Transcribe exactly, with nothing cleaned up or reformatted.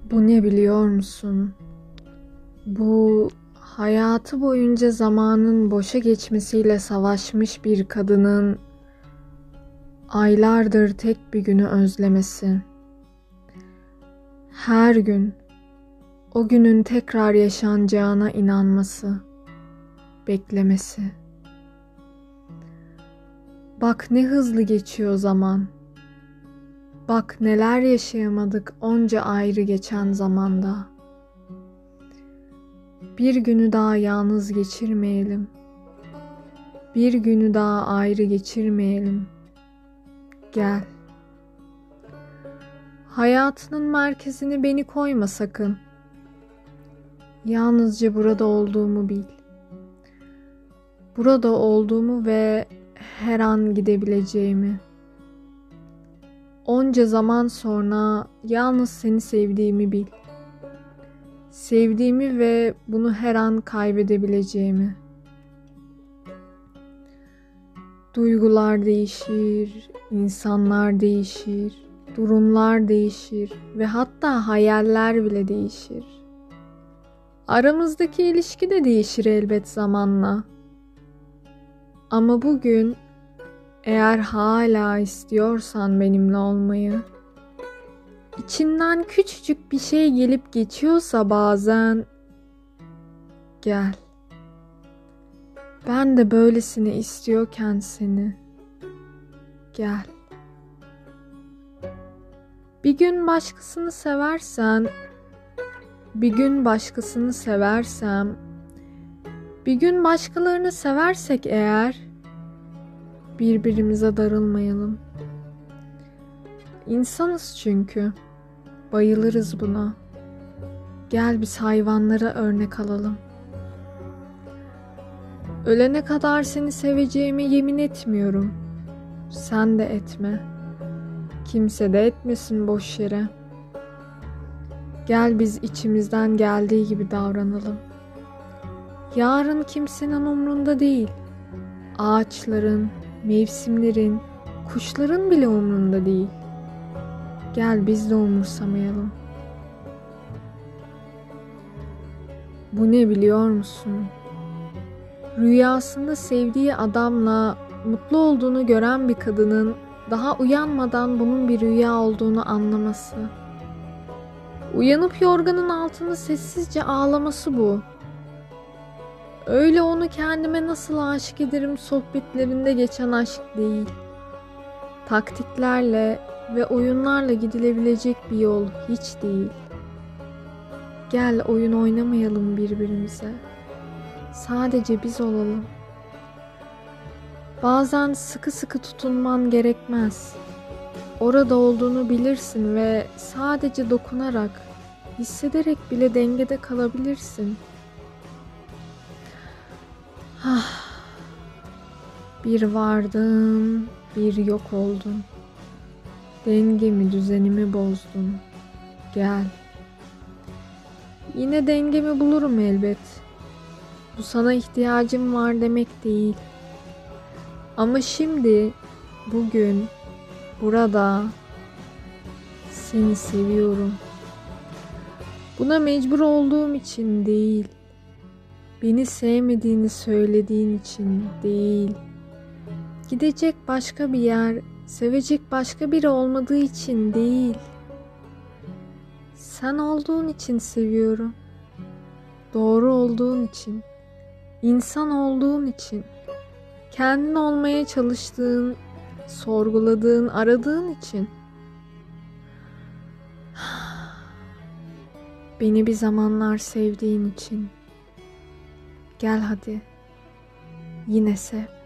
Bu ne biliyor musun? Bu hayatı boyunca zamanın boşa geçmesiyle savaşmış bir kadının aylardır tek bir günü özlemesi. Her gün o günün tekrar yaşanacağına inanması, beklemesi. Bak ne hızlı geçiyor zaman. Bak neler yaşayamadık onca ayrı geçen zamanda. Bir günü daha yalnız geçirmeyelim. Bir günü daha ayrı geçirmeyelim. Gel. Hayatının merkezine beni koyma sakın. Yalnızca burada olduğumu bil. Burada olduğumu ve her an gidebileceğimi. Onca zaman sonra yalnız seni sevdiğimi bil. Sevdiğimi ve bunu her an kaybedebileceğimi. Duygular değişir, insanlar değişir, durumlar değişir ve hatta hayaller bile değişir. Aramızdaki ilişki de değişir elbet zamanla. Ama bugün eğer hala istiyorsan benimle olmayı, içinden küçücük bir şey gelip geçiyorsa bazen, gel. Ben de böylesini istiyorken seni, gel. Bir gün başkasını seversen, bir gün başkasını seversem, bir gün başkalarını seversek eğer, birbirimize darılmayalım. İnsanız çünkü, bayılırız buna. Gel biz hayvanlara örnek alalım. Ölene kadar seni seveceğime yemin etmiyorum. Sen de etme. Kimse de etmesin boş yere. Gel biz içimizden geldiği gibi davranalım. Yarın kimsenin umrunda değil. Ağaçların, mevsimlerin, kuşların bile umrunda değil. Gel biz de umursamayalım. Bu ne biliyor musun? Rüyasında sevdiği adamla mutlu olduğunu gören bir kadının daha uyanmadan bunun bir rüya olduğunu anlaması. Uyanıp yorganın altında sessizce ağlaması bu. Öyle onu kendime nasıl aşık ederim sohbetlerinde geçen aşk değil. Taktiklerle ve oyunlarla gidilebilecek bir yol hiç değil. Gel oyun oynamayalım birbirimize. Sadece biz olalım. Bazen sıkı sıkı tutunman gerekmez. Orada olduğunu bilirsin ve sadece dokunarak, hissederek bile dengede kalabilirsin. Ah, bir vardım, bir yok oldum. Dengemi, düzenimi bozdun. Gel. Yine dengemi bulurum elbet. Bu sana ihtiyacım var demek değil. Ama şimdi, bugün, burada seni seviyorum. Buna mecbur olduğum için değil. Beni sevmediğini söylediğin için değil. Gidecek başka bir yer, sevecek başka biri olmadığı için değil. Sen olduğun için seviyorum. Doğru olduğun için. İnsan olduğun için. Kendin olmaya çalıştığın, sorguladığın, aradığın için. Beni bir zamanlar sevdiğin için. Gel hadi. Yine sev.